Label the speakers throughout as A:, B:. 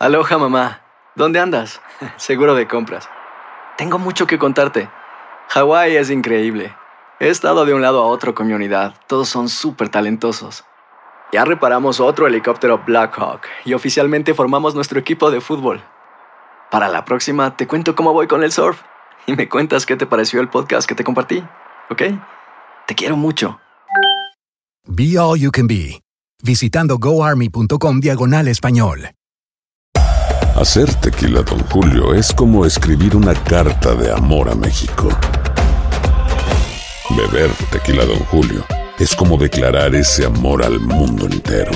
A: Aloha, mamá. ¿Dónde andas? Seguro de compras. Tengo mucho que contarte. Hawái es increíble. He estado de un lado a otro con mi unidad. Todos son súper talentosos. Ya reparamos otro helicóptero Blackhawk y oficialmente formamos nuestro equipo de fútbol. Para la próxima te cuento cómo voy con el surf y me cuentas qué te pareció el podcast que te compartí, ¿ok? Te quiero mucho.
B: Be All You Can Be, visitando goarmy.com/español.
C: Hacer tequila Don Julio es como escribir una carta de amor a México. Beber tequila Don Julio es como declarar ese amor al mundo entero.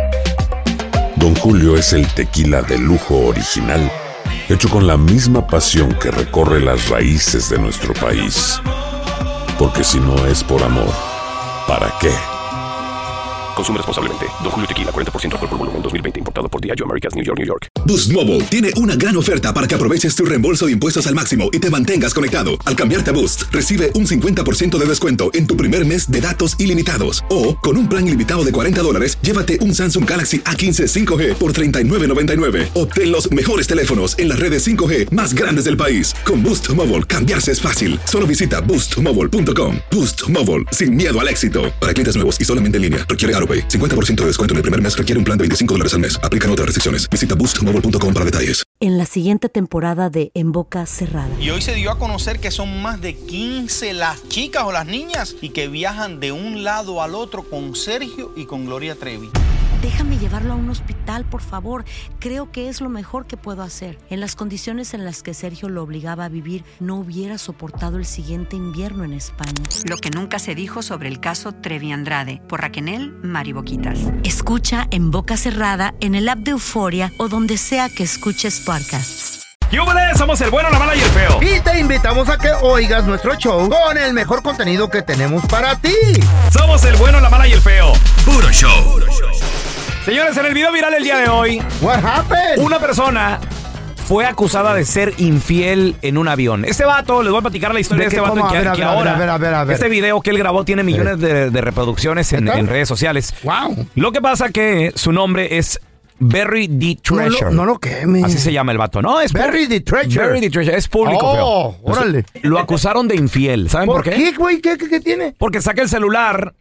C: Don Julio es el tequila de lujo original, hecho con la misma pasión que recorre las raíces de nuestro país. Porque si no es por amor, ¿para qué?
D: Consume responsablemente. Don Julio Tequila, 40% alcohol por volumen, 2020. Importado por Diageo Americas, New York, New York.
E: Boost Mobile tiene una gran oferta para que aproveches tu reembolso de impuestos al máximo y te mantengas conectado. Al cambiarte a Boost, recibe un 50% de descuento en tu primer mes de datos ilimitados. O, con un plan ilimitado de $40, llévate un Samsung Galaxy A15 5G por $39.99. Obtén los mejores teléfonos en las redes 5G más grandes del país. Con Boost Mobile, cambiarse es fácil. Solo visita boostmobile.com. Boost Mobile, sin miedo al éxito. Para clientes nuevos y solamente en línea, requiere AroPay. 50% de descuento en el primer mes requiere un plan de $25 al mes. Aplican otras restricciones. Visita boostmobile.com para detalles.
F: En la siguiente temporada de En Boca Cerrada.
G: Y hoy se dio a conocer que son más de 15 las chicas o las niñas y que viajan de un lado al otro con Sergio y con Gloria Trevi.
F: Déjame llevarlo a un hospital, por favor. Creo que es lo mejor que puedo hacer. En las condiciones en las que Sergio lo obligaba a vivir, no hubiera soportado el siguiente invierno en España.
H: Lo que nunca se dijo sobre el caso Trevi Andrade, por Raquel Mariboquitas.
F: Escucha En Boca Cerrada, en el app de Euforia o donde sea que escuches podcasts.
I: ¡Yúbales! Somos el bueno, la mala y el feo.
J: Y te invitamos a que oigas nuestro show con el mejor contenido que tenemos para ti.
I: Somos el bueno, la mala y el feo.
B: Puro show.
I: Señores, en el video viral el día de hoy,
J: What happened?
I: Una persona fue acusada de ser infiel en un avión. Este vato, les voy a platicar la historia de este vato que ahora,
J: a ver.
I: este video que él grabó tiene millones de reproducciones en redes sociales.
J: Wow.
I: Lo que pasa que su nombre es Barry D. Treasure.
J: No lo quemes.
I: Así se llama el vato, ¿no? Es
J: Barry D. Treasure.
I: Barry D. Treasure. Es público,
J: Oh,
I: feo.
J: órale.
I: Lo acusaron de infiel. ¿Saben por qué?
J: ¿Qué, güey? ¿Qué tiene?
I: Porque saca el celular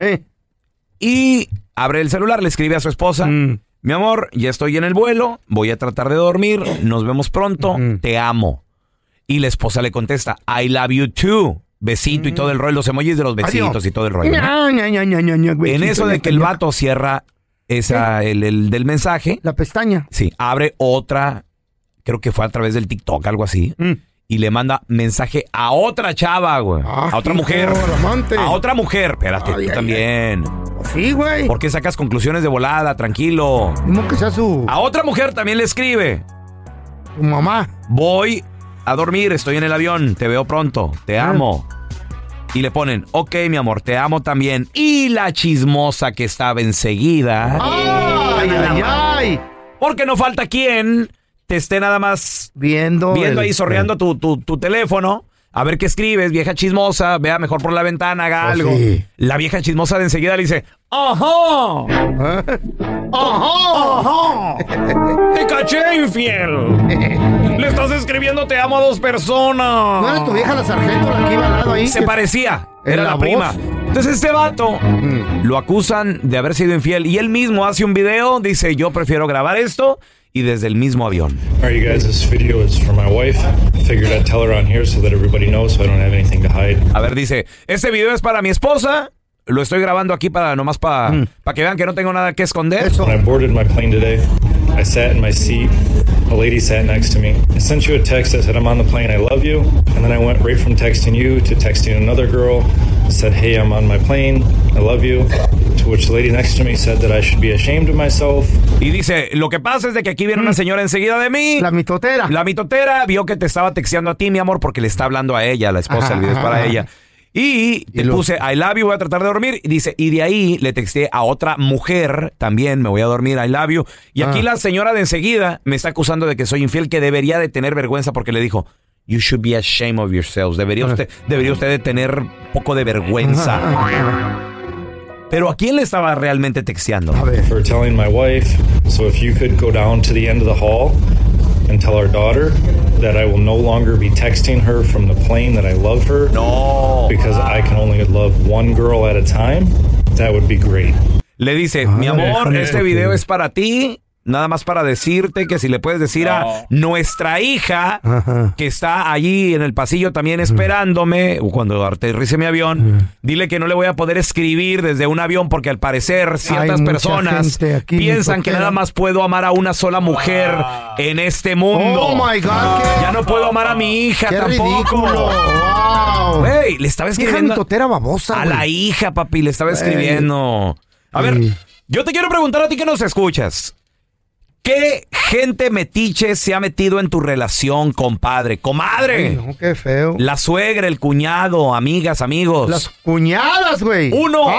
I: y abre el celular, le escribe a su esposa. Mi amor, ya estoy en el vuelo, voy a tratar de dormir, nos vemos pronto, te amo. Y la esposa le contesta, I love you too. Besito y todo el rollo, los emojis de los besitos y todo el rollo, ¿no? En eso de que el vato cierra el del mensaje.
J: La pestaña.
I: Sí, abre otra, creo que fue a través del TikTok, algo así. Y le manda mensaje a otra chava, güey. A otra mujer. A otra mujer. Espérate, tú también.
J: Sí, güey.
I: ¿Por qué sacas conclusiones de volada? Tranquilo.
J: ¿Cómo que sea su...?
I: A otra mujer también le escribe.
J: Tu mamá.
I: Voy a dormir, estoy en el avión, te veo pronto, te amo. Y le ponen, ok, mi amor, te amo también. Y la chismosa que estaba enseguida.
J: ¡Ay!
I: Porque no falta quien te esté nada más viendo ahí sorreando tu teléfono. A ver qué escribes, vieja chismosa. Vea mejor por la ventana, haga algo. Sí. La vieja chismosa de enseguida le dice, ¡ajá! ¡Ajá! ¡Te caché, infiel! Le estás escribiendo te amo a dos personas.
J: ¿No era tu vieja la sargento la que iba al lado ahí?
I: Se parecía. Era la prima. Entonces este vato lo acusan de haber sido infiel. Y él mismo hace un video, dice, yo prefiero grabar esto. Y desde el mismo avión.
K: All right, you guys, this video is for my wife. I figured I'd tell her on here so that everybody knows, so I don't have anything to hide.
I: A ver, dice, este video es para mi esposa. Lo estoy grabando aquí para nomás para que vean que no tengo nada que esconder.
K: When I boarded my plane today, I sat in my seat. A lady sat next to me. I sent you a text that said, I'm on the plane, I love you. And then I went right from texting you to texting another girl. I said, hey, I'm on my plane, I love you. To which the lady next to me said that I should be ashamed of myself.
I: Y dice, lo que pasa es de que aquí viene una señora enseguida de mí.
J: La mitotera.
I: La mitotera vio que te estaba texteando a ti, mi amor, porque le está hablando a ella, la esposa, el video es para ella. Y te puse I love you, voy a tratar de dormir. Y dice, y de ahí le texté a otra mujer también, me voy a dormir, I love you. Y aquí la señora de enseguida me está acusando de que soy infiel, que debería de tener vergüenza porque le dijo, you should be ashamed of yourselves. Debería usted de tener poco de vergüenza. Pero ¿a quién le estaba realmente texteando?
K: For telling my wife, so if you could go down to the end of the hall and tell our daughter that I will no longer be texting her from the plane that I love her.
I: No.
K: Because I can only love one girl at a time, that would be great.
I: Le dice, mi amor, este video es para ti. Nada más para decirte que si le puedes decir a nuestra hija, que está allí en el pasillo también esperándome, cuando aterrice mi avión, dile que no le voy a poder escribir desde un avión porque al parecer ciertas personas piensan que nada más puedo amar a una sola mujer en este mundo.
J: Oh my God,
I: ya no puedo amar a mi hija tampoco.
J: Ridículo. Wow.
I: Güey, le estaba escribiendo
J: babosa,
I: a la hija, papi, le estaba escribiendo. A ver, yo te quiero preguntar a ti que nos escuchas. ¿Qué gente metiche se ha metido en tu relación, compadre? ¡Comadre!
J: Ay, no, qué feo.
I: La suegra, el cuñado, amigas, amigos.
J: Las cuñadas, güey.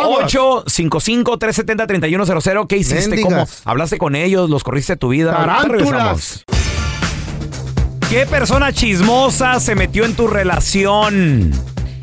I: 1-855-370-3100. ¿Qué hiciste?
J: Mendigas.
I: ¿Cómo? ¿Hablaste con ellos? ¿Los corriste de tu vida?
J: Tarántulas.
I: ¿Qué persona chismosa se metió en tu relación?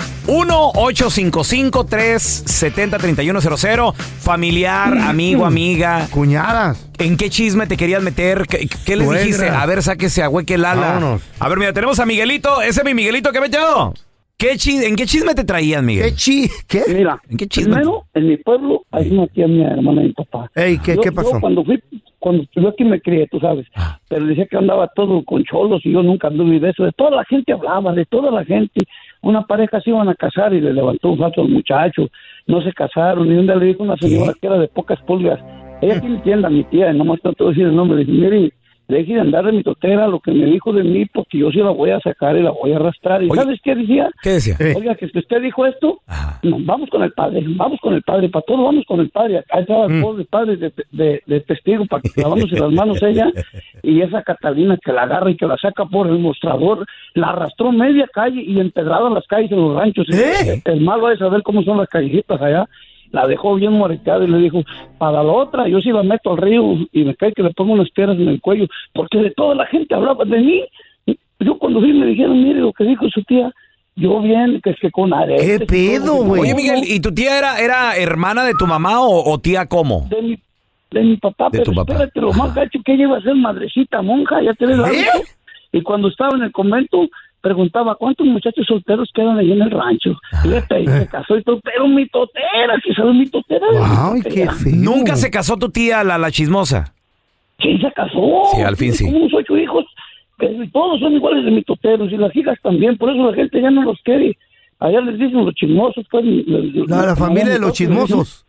I: 1-855-370-3100. Familiar, amigo, amiga.
J: Cuñadas.
I: ¿En qué chisme te querías meter? ¿Qué les dijiste? A ver, sáquese a hueque el ala.
J: Vámonos.
I: A ver, mira, tenemos a Miguelito. Ese es mi Miguelito que me echado. ¿En qué chisme te traían, Miguel?
J: ¿Qué?
L: Mira,
I: ¿En qué chisme?
L: Primero, en mi pueblo, ahí nací a mi hermana y mi papá.
J: Ey, ¿qué pasó?
L: Yo cuando yo aquí me crié, tú sabes, pero decía que andaba todo con cholos y yo nunca anduve de eso. De toda la gente hablaba, de toda la gente. Una pareja se iban a casar y le levantó un falso al muchacho. No se casaron. Y un día le dijo una señora que era de pocas pulgas. Ella tiene tienda, mi tía, nomás no te voy a decir el nombre. Le dije, mire, deje de andar de mi totera, lo que me dijo de mí, porque yo sí la voy a sacar y la voy a arrastrar. ¿Y ¿sabes qué decía?
I: ¿Qué decía?
L: Oiga, que usted dijo esto, no, vamos con el padre, para todos vamos con el padre. Ahí estaba el pobre padre de testigo para que lavándose las manos ella, y esa Catalina que la agarra y que la saca por el mostrador, la arrastró media calle y empedrada las calles en los ranchos. El malo es saber cómo son las callecitas allá. La dejó bien moreteada y le dijo, para la otra, yo sí la meto al río y me cae que le pongo unas piedras en el cuello, porque de toda la gente hablaba de mí. Yo cuando fui me dijeron, mire lo que dijo su tía, yo bien, que es que con arete.
J: ¿Qué pedo, güey?
I: Oye, Miguel, ¿y tu tía era hermana de tu mamá o tía cómo?
L: De mi papá,
I: de
L: pero
I: tu papá.
L: Espérate, lo más gacho que ella iba a ser madrecita monja, ya te ves la vida. Y cuando estaba en el convento, preguntaba cuántos muchachos solteros quedan ahí en el rancho. Fíjate, y se casó y todo, pero mi totera, ¿sí sabes mi totera?
J: Ay, qué feo.
I: ¿Nunca se casó tu tía, la chismosa?
L: Sí, se casó.
I: Sí, al fin sí.
L: Como unos 8 hijos, pero todos son iguales de mi toteros y las hijas también, por eso la gente ya no los quiere. Allá les dicen los chismosos, pues.
J: La familia de los chismosos.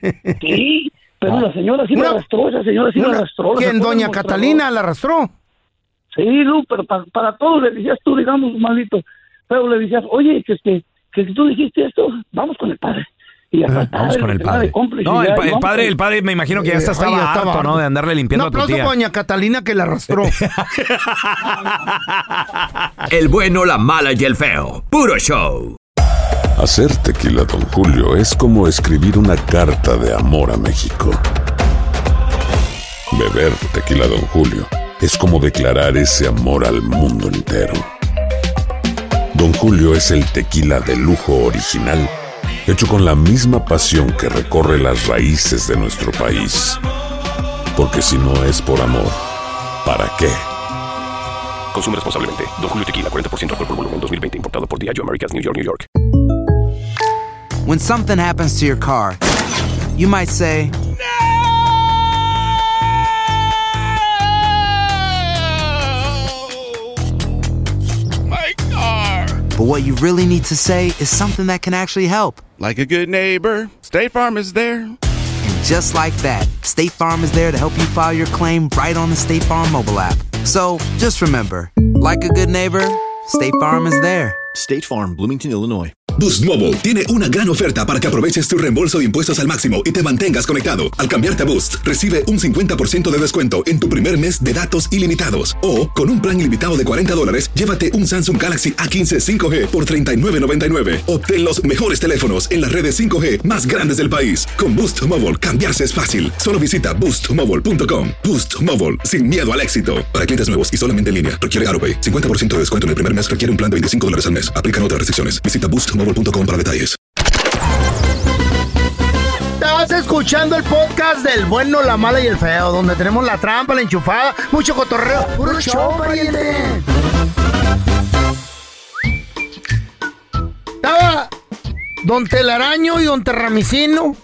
L: Sí, pero la señora sí la arrastró, esa señora sí la arrastró.
J: ¿Quién, doña Catalina, la arrastró?
L: Sí, Lu, pero para todos le decías tú, digamos, maldito. Pero le decías, oye, que si tú dijiste esto, vamos con el padre. Y
I: vamos con el padre. No, el padre me imagino que ya estaba harto, ¿no? De andarle limpiando a tu tía.
J: Un aplauso a doña Catalina que la arrastró.
M: El bueno, la mala y el feo. Puro show.
C: Hacer tequila Don Julio es como escribir una carta de amor a México. Beber tequila Don Julio es como declarar ese amor al mundo entero. Don Julio es el tequila de lujo original, hecho con la misma pasión que recorre las raíces de nuestro país. Porque si no es por amor, ¿para qué?
D: Consume responsablemente. Don Julio Tequila, 40% alcohol por volumen, 2020. Importado por Diageo Americas, New York, New York.
N: When something happens to your car, you might say, but what you really need to say is something that can actually help.
O: Like a good neighbor, State Farm is there.
N: And just like that, State Farm is there to help you file your claim right on the State Farm mobile app. So just remember, like a good neighbor, State Farm is there.
P: State Farm, Bloomington, Illinois.
E: Boost Mobile tiene una gran oferta para que aproveches tu reembolso de impuestos al máximo y te mantengas conectado. Al cambiarte a Boost, recibe un 50% de descuento en tu primer mes de datos ilimitados. O, con un plan ilimitado de $40, llévate un Samsung Galaxy A15 5G por $39.99. Obtén los mejores teléfonos en las redes 5G más grandes del país. Con Boost Mobile, cambiarse es fácil. Solo visita boostmobile.com. Boost Mobile, sin miedo al éxito. Para clientes nuevos y solamente en línea, requiere AutoPay. 50% de descuento en el primer mes requiere un plan de $25 al mes. Aplican otras restricciones. Visita boostmobile.com para detalles.
J: Estás escuchando el podcast del bueno, la mala y el feo, donde tenemos la trampa, la enchufada, mucho cotorreo. ¡Puro show, pariente! Estaba Don Telaraño y Don Terramicino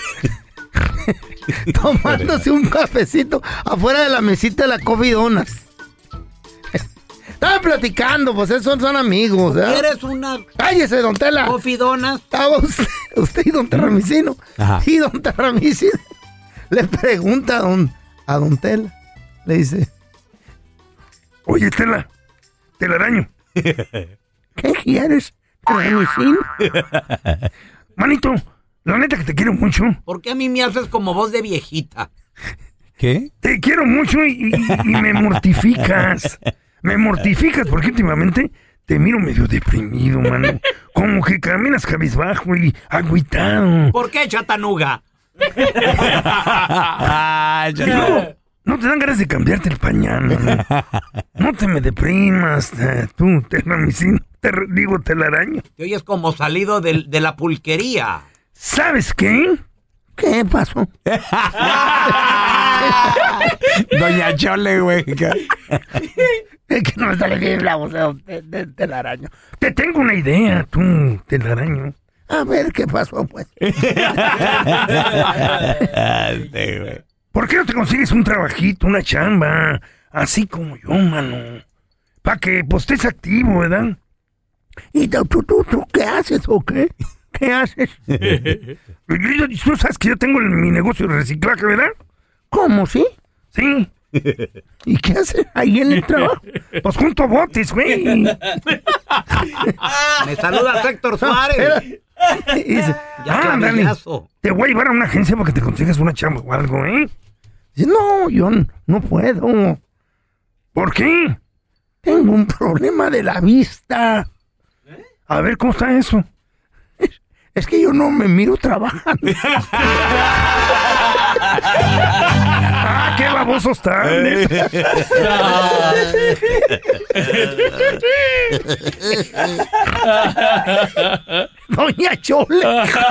J: tomándose un cafecito afuera de la mesita de la Coffee Donuts. Estaban platicando, pues esos son amigos, ¿eh?
Q: ¿Eres una...
J: ¡Cállese, Don Tela!
Q: Coffee Donuts.
J: Estaba usted y Don Terramicino.
I: Ajá.
J: Y Don Terramicino le pregunta a Don Tela. Le dice: oye, Telaraño, ¿qué quieres, Terramicino? Manito, la neta que te quiero mucho.
Q: ¿Por qué a mí me haces como voz de viejita?
I: ¿Qué?
J: Te quiero mucho y me mortificas. Me mortificas porque últimamente te miro medio deprimido, mano. Como que caminas cabizbajo y agüitado.
Q: ¿Por qué, chatanuga?
J: No te dan ganas de cambiarte el pañal, mano. No te me deprimas, tú, Terramicino. Telaraño.
Q: Te oyes como salido de la pulquería.
J: ¿Sabes qué? ¿Qué pasó?
I: Doña Chole, güey.
J: Es que no me sale bien la voz de Telaraño. Te tengo una idea, tú, Telaraño. A ver qué pasó, pues. ¿Por qué no te consigues un trabajito, una chamba? Así como yo, mano. Para que pues, estés activo, ¿verdad? ¿Y tú qué haces o qué? ¿Qué haces? Tú sabes que yo tengo mi negocio de reciclaje, ¿verdad? ¿Cómo, sí? Sí. ¿Y qué haces ahí en el trabajo? Pues junto botes, güey.
Q: Me saluda Héctor Suárez.
J: Dice, Dani, te voy a llevar a una agencia para que te consigas una chamba o algo, ¿eh? Dice, no, yo no puedo. ¿Por qué? Tengo un problema de la vista. A ver, ¿cómo está eso? Es que yo no me miro trabajando. ¡Ah, qué baboso está! Doña Chole.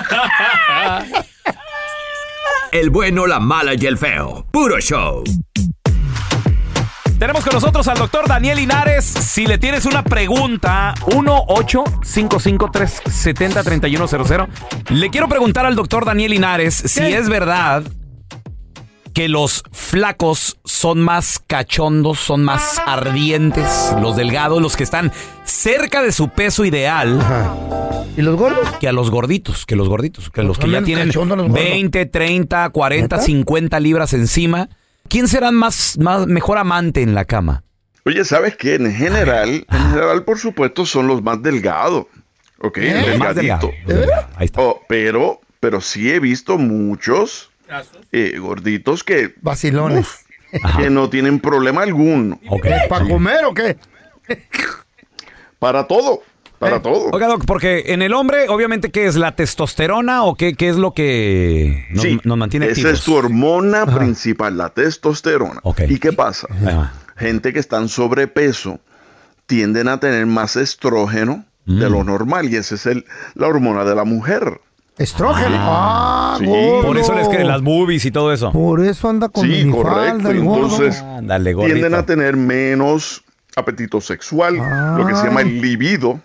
M: El bueno, la mala y el feo. Puro show.
I: Tenemos con nosotros al doctor Daniel Linares. Si le tienes una pregunta, 1-855-370-3100. Le quiero preguntar al doctor Daniel Linares si es verdad que los flacos son más cachondos, son más ardientes, los delgados, los que están cerca de su peso ideal.
J: Ajá. ¿Y los gordos?
I: Que a los gorditos, que los que ya tienen 20, 30, 40, ¿neta? 50 libras encima. ¿Quién será mejor amante en la cama?
O: Oye, ¿sabes qué? En general, por supuesto, son los más delgados. ¿Ok? Delgadito.
J: ¿De verdad?
I: Ahí está.
O: Pero sí he visto muchos gorditos que...
J: Vacilones.
O: Que no tienen problema alguno.
I: Okay.
J: ¿Para comer o qué?
O: Para todo. Para todo.
I: Oiga, Doc, porque en el hombre, obviamente, ¿qué es? ¿La testosterona o qué es lo que nos mantiene activos?
O: Esa es tu hormona principal, la testosterona.
I: Okay.
O: ¿Y qué pasa? Gente que está en sobrepeso tienden a tener más estrógeno de lo normal, y esa es la hormona de la mujer.
J: ¿Estrógeno?
O: Sí.
I: Por eso les creen las boobies y todo eso.
J: Por eso anda con minifalda, el gordo.
O: Entonces, tienden a tener menos apetito sexual, lo que se llama el libido.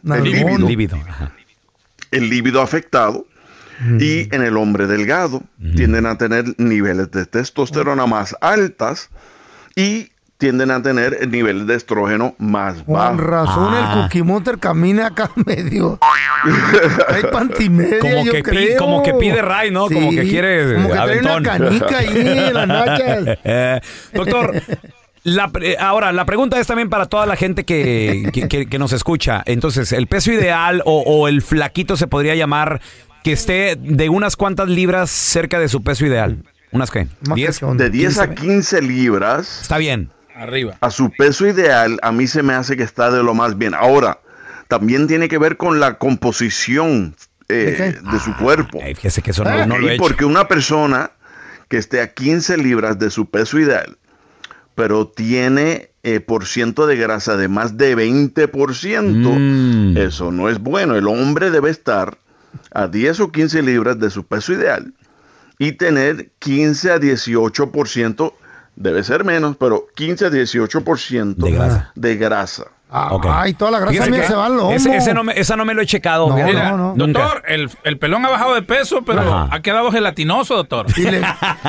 O: El libido afectado. Y en el hombre delgado tienden a tener niveles de testosterona más altas y tienden a tener niveles de estrógeno más bajos.
J: Con razón el Cookie Monster camina acá medio. Hay pantimedia,
I: como que pide ray, ¿no? Sí, como que quiere
J: como que
I: aventón.
J: Trae una canica ahí en las nachas.
I: Doctor, ahora, la pregunta es también para toda la gente que nos escucha. Entonces, ¿el peso ideal o el flaquito se podría llamar que esté de unas cuantas libras cerca de su peso ideal? ¿Unas qué?
O: ¿10? De 10 a 15 libras.
I: Está bien.
G: Arriba.
O: A su peso ideal, a mí se me hace que está de lo más bien. Ahora, también tiene que ver con la composición de su cuerpo.
I: Fíjese que eso no lo he hecho.
O: Porque una persona que esté a 15 libras de su peso ideal, pero tiene por ciento de grasa de más de 20%, eso no es bueno. El hombre debe estar a 10 o 15 libras de su peso ideal y tener 15 a 18%, debe ser menos, pero 15 a 18% de grasa.
J: Ay, toda la grasa mía se va al lomo.
I: Esa no me lo he checado.
R: No. Doctor, el pelón ha bajado de peso, pero ha quedado gelatinoso, doctor.
J: Y le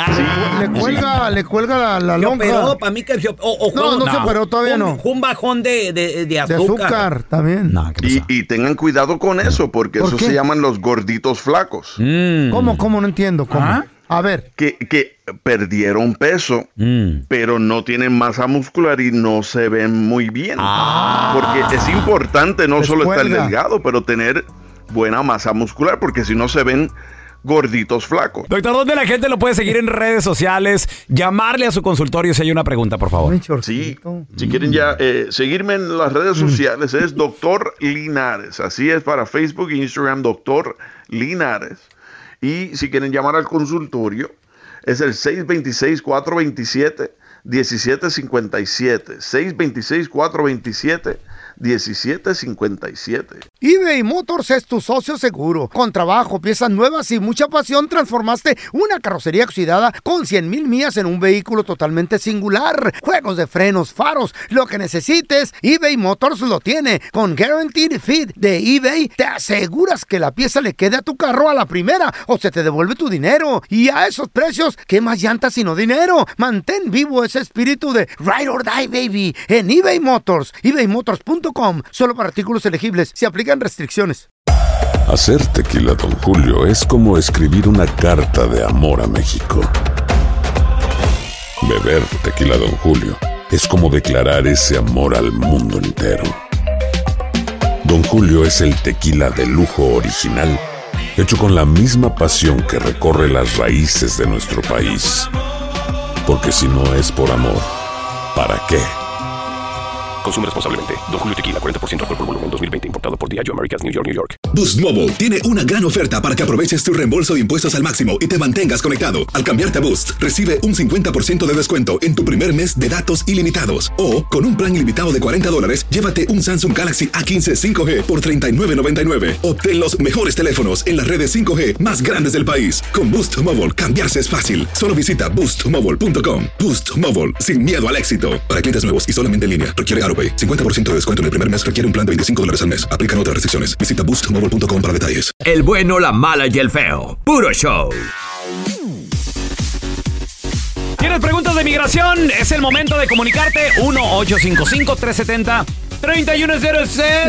J: cuelga la lonja.
Q: Pero para mí que se
J: operó, todavía no.
Q: Un bajón de azúcar.
J: De azúcar también.
O: Y tengan cuidado con eso, porque eso se llaman los gorditos flacos.
J: ¿Cómo? No entiendo. ¿Cómo? A ver.
O: Que perdieron peso, pero no tienen masa muscular y no se ven muy bien. Porque es importante no solo estar delgado, pero tener buena masa muscular, porque si no se ven gorditos flacos.
I: Doctor, ¿dónde la gente lo puede seguir en redes sociales? Llamarle a su consultorio si hay una pregunta, por favor.
O: Sí, si quieren ya seguirme en las redes sociales, es Dr. Linares. Así es para Facebook e Instagram, Dr. Linares. Y si quieren llamar al consultorio, es el 626-427-1757. 626-427-1757.
J: eBay Motors es tu socio seguro. Con trabajo, piezas nuevas y mucha pasión, transformaste una carrocería oxidada con 100,000 millas en un vehículo totalmente singular. Juegos de frenos, faros, lo que necesites, eBay Motors lo tiene. Con Guaranteed Fit de eBay, te aseguras que la pieza le quede a tu carro a la primera o se te devuelve tu dinero. Y a esos precios, ¿qué más llantas sino dinero? Mantén vivo ese espíritu de Ride or Die, baby, en eBay Motors. ebaymotors.com. Solo para artículos elegibles. Se aplican restricciones.
C: Hacer tequila Don Julio es como escribir una carta de amor a México. Beber tequila Don Julio es como declarar ese amor al mundo entero. Don Julio es el tequila de lujo original, hecho con la misma pasión que recorre las raíces de nuestro país. Porque si no es por amor, ¿para qué?
D: Consume responsablemente. Don Julio Tequila, 40% alcohol por volumen, 2020. Importado por Diageo Americas, New York, New York.
E: Boost Mobile tiene una gran oferta para que aproveches tu reembolso de impuestos al máximo y te mantengas conectado. Al cambiarte a Boost, recibe un 50% de descuento en tu primer mes de datos ilimitados. O, con un plan ilimitado de $40, llévate un Samsung Galaxy A15 5G por $39.99. Obtén los mejores teléfonos en las redes 5G más grandes del país. Con Boost Mobile, cambiarse es fácil. Solo visita boostmobile.com. Boost Mobile, sin miedo al éxito. Para clientes nuevos y solamente en línea, requiere AroPay. 50% de descuento en el primer mes requiere un plan de $25 al mes. Aplican otras restricciones. Visita boostmobile.com para detalles.
M: El bueno, la mala y el feo. Puro show.
I: ¿Tienes preguntas de migración? Es el momento de comunicarte. 1-855-370-3100.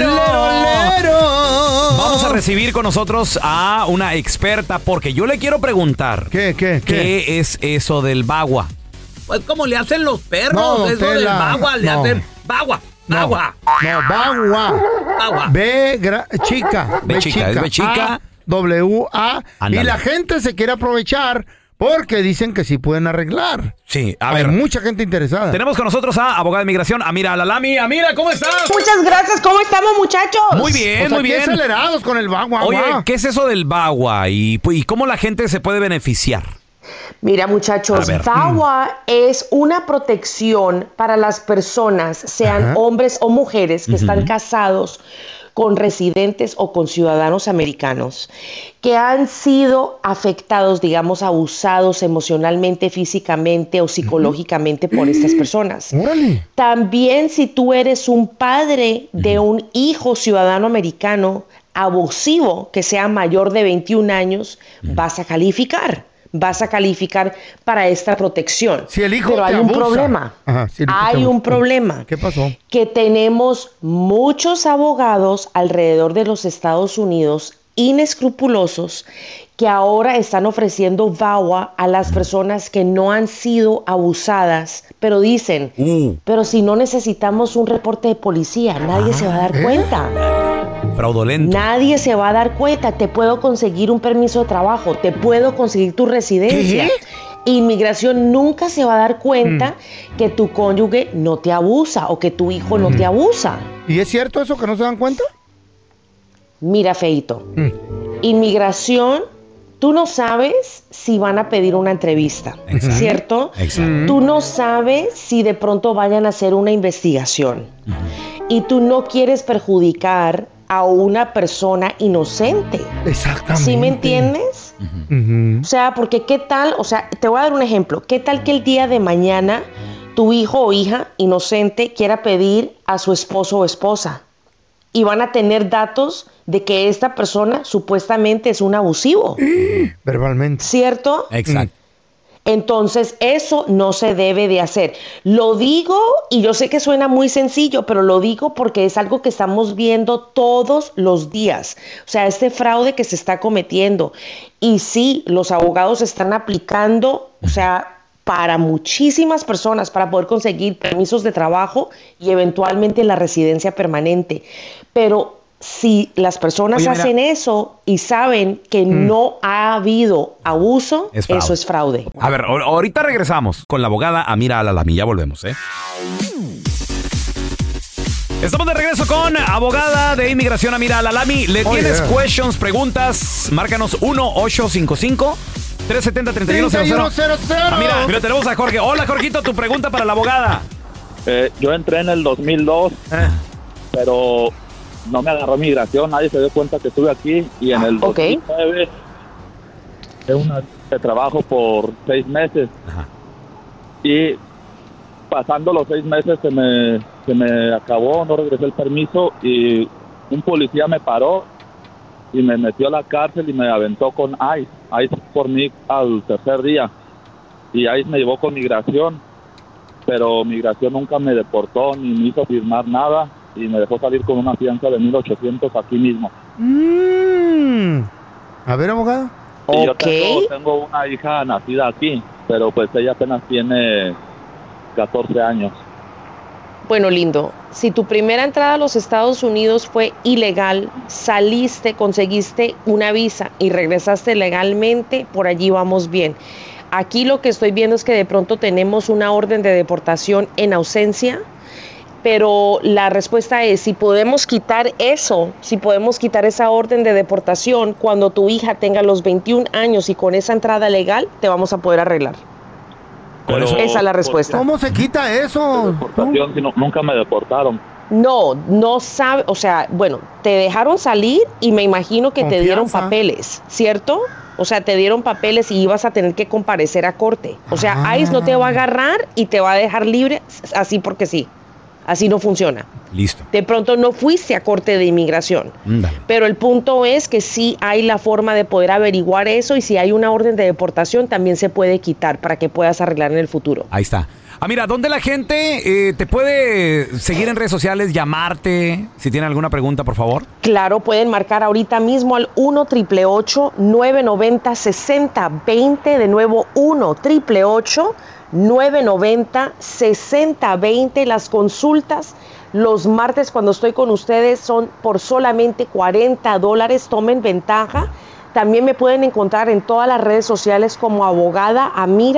I: Vamos a recibir con nosotros a una experta porque yo le quiero preguntar. ¿Qué es eso del bagua?
Q: Pues como le hacen los perros, eso del bagua, le hacen bagua. Bagua.
J: No, bagua.
Q: Bagua.
J: Chica.
I: B chica.
J: W-A.
I: Ándale.
J: Y la gente se quiere aprovechar porque dicen que sí pueden arreglar.
I: Sí, a
J: Hay
I: ver.
J: mucha gente interesada.
I: Tenemos con nosotros a abogada de migración, Amira Alalami. Amira, ¿cómo estás?
S: Muchas gracias, ¿cómo estamos, muchachos?
I: Muy bien, muy bien.
J: Acelerados con el bagua.
I: Oye, ¿qué es eso del bagua y cómo la gente se puede beneficiar?
S: Mira, muchachos, VAWA es una protección para las personas, sean hombres o mujeres, que están casados con residentes o con ciudadanos americanos, que han sido afectados, digamos, abusados emocionalmente, físicamente o psicológicamente por estas personas. También si tú eres un padre de un hijo ciudadano americano abusivo que sea mayor de 21 años, vas a calificar para esta protección.
J: Si el hijo
S: Pero hay un problema. Hay un problema.
J: ¿Qué pasó?
S: Que tenemos muchos abogados alrededor de los Estados Unidos inescrupulosos que ahora están ofreciendo VAWA a las personas que no han sido abusadas, pero dicen, pero si no necesitamos un reporte de policía, nadie se va a dar cuenta.
I: Fraudulento.
S: Nadie se va a dar cuenta. Te puedo conseguir un permiso de trabajo, te puedo conseguir tu residencia. Inmigración nunca se va a dar cuenta que tu cónyuge no te abusa o que tu hijo no te abusa.
J: ¿Y es cierto eso que no se dan cuenta?
S: Mira, feito, inmigración, tú no sabes si van a pedir una entrevista, ¿cierto?
I: Exacto.
S: Tú no sabes si de pronto vayan a hacer una investigación. Y tú no quieres perjudicar a una persona inocente.
J: Exactamente.
S: ¿Sí me entiendes? O sea, porque qué tal, o sea, te voy a dar un ejemplo. ¿Qué tal que el día de mañana tu hijo o hija inocente quiera pedir a su esposo o esposa? Y van a tener datos de que esta persona supuestamente es un abusivo.
J: Verbalmente.
S: ¿Cierto?
I: Exacto.
S: Entonces, eso no se debe de hacer. Lo digo, y yo sé que suena muy sencillo, pero lo digo porque es algo que estamos viendo todos los días. O sea, este fraude que se está cometiendo. Y sí, los abogados están aplicando, o sea, para muchísimas personas para poder conseguir permisos de trabajo y eventualmente la residencia permanente. Pero si las personas hacen eso y saben que no ha habido abuso, eso es fraude.
I: A ver, ahorita regresamos con la abogada Amira Al-Alami. Ya volvemos, ¿eh? Estamos de regreso con abogada de inmigración Amira Al-Alami. ¿Le tienes questions, preguntas? Márcanos 1-855-370-3100. Mira, tenemos a Jorge. Hola, Jorgito, tu pregunta para la abogada.
T: Yo entré en el 2002, pero no me agarró migración, nadie se dio cuenta que estuve aquí, y en el 2009 de trabajo por 6 meses. Y pasando los 6 meses se me acabó, no regresé el permiso y un policía me paró y me metió a la cárcel y me aventó con ICE por mí al tercer día, y ICE me llevó con migración, pero migración nunca me deportó ni me hizo firmar nada y me dejó salir con una fianza de $1,800 aquí mismo.
J: A ver, abogado.
T: Y yo tengo una hija nacida aquí, pero pues ella apenas tiene 14 años.
S: Bueno, lindo, si tu primera entrada a los Estados Unidos fue ilegal, saliste, conseguiste una visa y regresaste legalmente, por allí vamos bien. Aquí lo que estoy viendo es que de pronto tenemos una orden de deportación en ausencia, pero la respuesta es, si podemos quitar eso, si podemos quitar esa orden de deportación, cuando tu hija tenga los 21 años y con esa entrada legal, te vamos a poder arreglar. Esa es la respuesta.
J: ¿Cómo se quita eso?
T: Deportación, si nunca me deportaron.
S: No sabe, o sea, bueno, te dejaron salir y me imagino que te dieron papeles, ¿cierto? O sea, te dieron papeles y ibas a tener que comparecer a corte. O sea, ICE no te va a agarrar y te va a dejar libre así porque sí. Así no funciona.
I: Listo.
S: De pronto no fuiste a corte de inmigración. Pero el punto es que sí hay la forma de poder averiguar eso, y si hay una orden de deportación también se puede quitar para que puedas arreglar en el futuro.
I: Ahí está. Mira, ¿dónde la gente te puede seguir en redes sociales, llamarte, si tiene alguna pregunta, por favor?
S: Claro, pueden marcar ahorita mismo al 1-888-990-6020. De nuevo, 1-888-990-6020. Las consultas los martes cuando estoy con ustedes son por solamente $40. Tomen ventaja. También me pueden encontrar en todas las redes sociales como abogada Amira.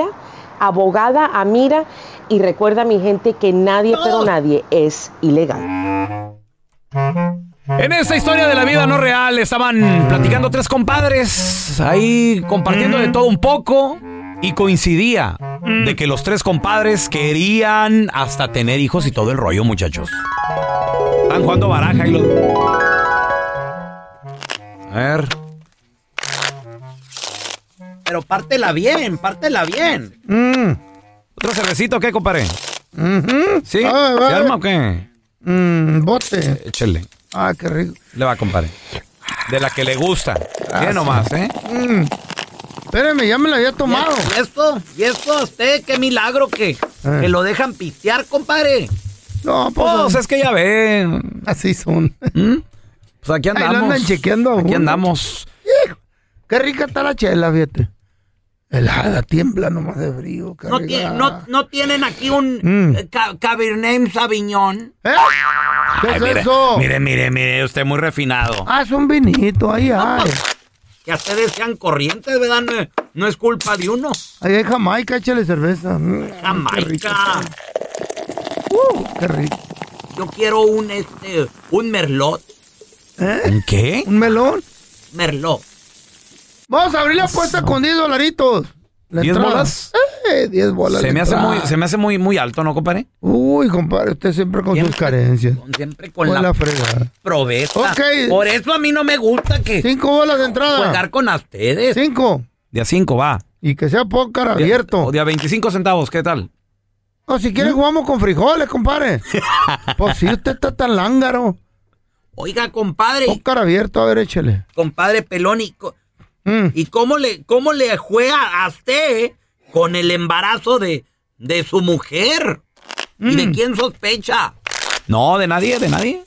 S: Y recuerda, mi gente, que nadie, pero nadie es ilegal.
I: En esta historia de la vida no real estaban platicando 3 compadres, ahí compartiendo de todo un poco, y coincidía de que los 3 compadres querían hasta tener hijos y todo el rollo, muchachos. Están jugando baraja y los... A ver...
Q: Pero pártela bien.
I: ¿Otro cervecito o qué, compadre? ¿Sí? ¿Se arma o qué?
J: Bote.
I: Échale.
J: Ah, qué rico.
I: Le va, compadre. De la que le gusta. Bien nomás, ¿eh?
J: Espérame, ya me la había tomado.
Q: ¿Y esto a usted? ¿Qué milagro que lo dejan pistear, compadre?
J: No,
I: pues es que ya ven.
J: Así son.
I: Pues aquí andamos.
J: Ahí lo andan chequeando.
I: Aquí andamos.
J: Hijo, qué rica está la chela, fíjate. Helada, tiembla nomás de frío.
Q: No tienen aquí un Cabernet Sauvignon.
J: ¿Qué es eso?
I: Mire, usted muy refinado.
J: Es un vinito, ahí hay.
Q: Que ustedes sean corrientes, ¿verdad? No es culpa de uno.
J: Ahí hay Jamaica, échale cerveza.
Q: Jamaica.
J: Qué rico.
Q: Yo quiero un merlot.
I: ¿Un qué?
J: ¿Un melón?
Q: Merlot.
J: Vamos a abrir la apuesta con $10.
I: ¿10 bolas?
J: 10 bolas.
I: Se me hace muy alto, ¿no, compadre?
J: Uy, compadre, usted siempre con sus carencias.
Q: Siempre con la
J: fregada.
Q: Proveza.
J: Ok.
Q: Por eso a mí no me gusta que...
J: 5 bolas de entrada.
Q: Jugar con ustedes.
J: 5.
I: De a 5 va.
J: Y que sea pócar abierto.
I: O de a 25 centavos, ¿qué tal?
J: O si quiere jugamos con frijoles, compadre. Pues si usted está tan lángaro.
Q: Oiga, compadre.
J: Pócar abierto, a ver, échele.
Q: Compadre Pelón, ¿y cómo le juega a usted con el embarazo de su mujer? ¿Y de quién sospecha?
I: No, de nadie.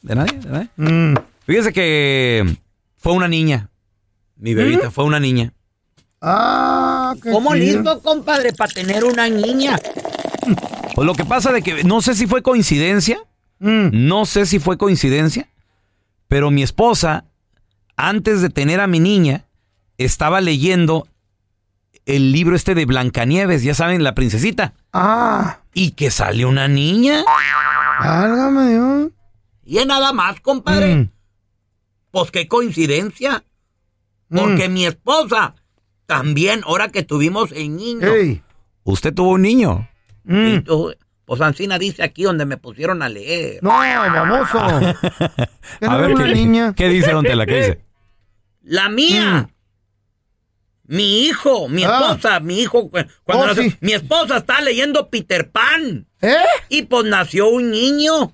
I: Fíjese que fue una niña. Mi bebita fue una niña.
Q: ¿Cómo listo, compadre, para tener una niña?
I: Pues lo que pasa de que no sé si fue coincidencia. No sé si fue coincidencia. Pero mi esposa, antes de tener a mi niña, estaba leyendo el libro de Blancanieves, ya saben, la princesita. Y que sale una niña.
J: Válgame Dios.
Q: Y es nada más, compadre. Pues qué coincidencia. Porque mi esposa también, ahora que tuvimos el niño.
I: ¿Usted tuvo un niño?
Q: Y pues Ancina dice aquí donde me pusieron a leer.
J: No, baboso.
I: A ver, ¿qué dice, don Tela? ¿Qué dice?
Q: La mía. Mi hijo, mi esposa, mi hijo. Cuando nació, mi esposa está leyendo Peter Pan. Y pues nació un niño.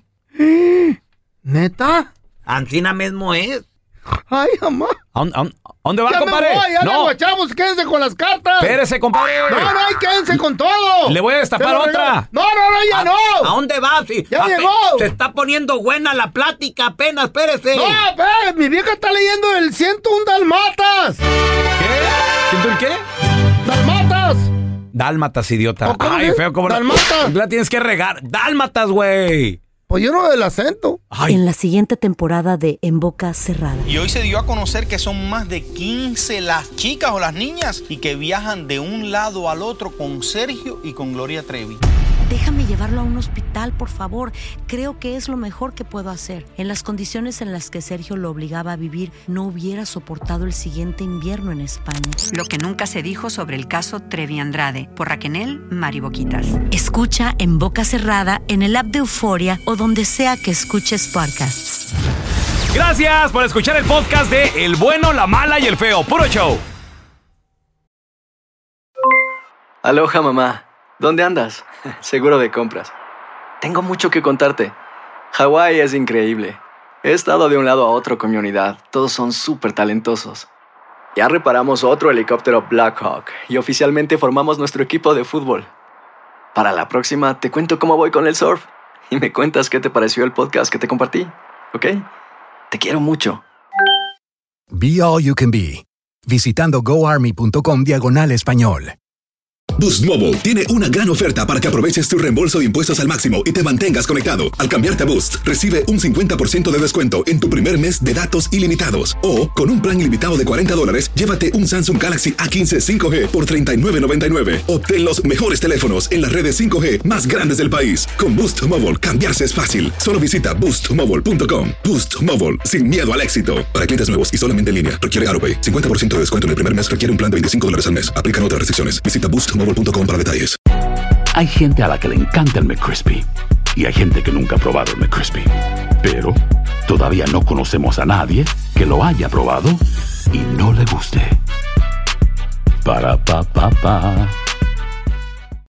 J: ¿Neta?
Q: Ancina mismo es.
J: Ay, mamá.
I: ¿A dónde va, compadre?
J: No, guachamos, quédense con las cartas.
I: Espérese, compadre.
J: No, quédense con todo.
I: Le voy a destapar otra.
J: No, ya no.
Q: ¿A dónde vas?
J: Ya llegó.
Q: Se está poniendo buena la plática apenas, espérese.
J: No, mi vieja está leyendo el 101 Dálmatas.
I: ¿Qué? ¿101 qué?
J: Dálmatas.
I: Dálmatas, idiota. Ay, feo como
J: Dálmatas.
I: La tienes que regar. Dálmatas, güey.
J: Pues yo no del acento.
F: En la siguiente temporada de En Boca Cerrada.
G: Y hoy se dio a conocer que son más de 15 las chicas o las niñas y que viajan de un lado al otro con Sergio y con Gloria Trevi.
F: Déjame llevarlo a un hospital, por favor. Creo que es lo mejor que puedo hacer. En las condiciones en las que Sergio lo obligaba a vivir, no hubiera soportado el siguiente invierno en España.
H: Lo que nunca se dijo sobre el caso Trevi Andrade, por Raquel Mariboquitas.
F: Escucha En Boca Cerrada, en el app de Euforia o donde sea que escuches podcasts.
I: Gracias por escuchar el podcast de El Bueno, la Mala y el Feo. Puro show.
A: Aloha, mamá. ¿Dónde andas? Seguro de compras. Tengo mucho que contarte. Hawái es increíble. He estado de un lado a otro con mi unidad. Todos son súper talentosos. Ya reparamos otro helicóptero Blackhawk y oficialmente formamos nuestro equipo de fútbol. Para la próxima te cuento cómo voy con el surf y me cuentas qué te pareció el podcast que te compartí, ¿ok? Te quiero mucho.
B: Be All You Can Be, visitando goarmy.com/español.
E: Boost Mobile tiene una gran oferta para que aproveches tu reembolso de impuestos al máximo y te mantengas conectado. Al cambiarte a Boost, recibe un 50% de descuento en tu primer mes de datos ilimitados. O, con un plan ilimitado de $40, llévate un Samsung Galaxy A15 5G por $39.99. Obtén los mejores teléfonos en las redes 5G más grandes del país. Con Boost Mobile, cambiarse es fácil. Solo visita boostmobile.com. Boost Mobile, sin miedo al éxito. Para clientes nuevos y solamente en línea, requiere AutoPay. 50% de descuento en el primer mes requiere un plan de $25 al mes. Aplican otras restricciones. Visita boostmobile.com para detalles.
U: Hay gente a la que le encanta el McCrispy y hay gente que nunca ha probado el McCrispy. Pero todavía no conocemos a nadie que lo haya probado y no le guste. Para pa pa pa.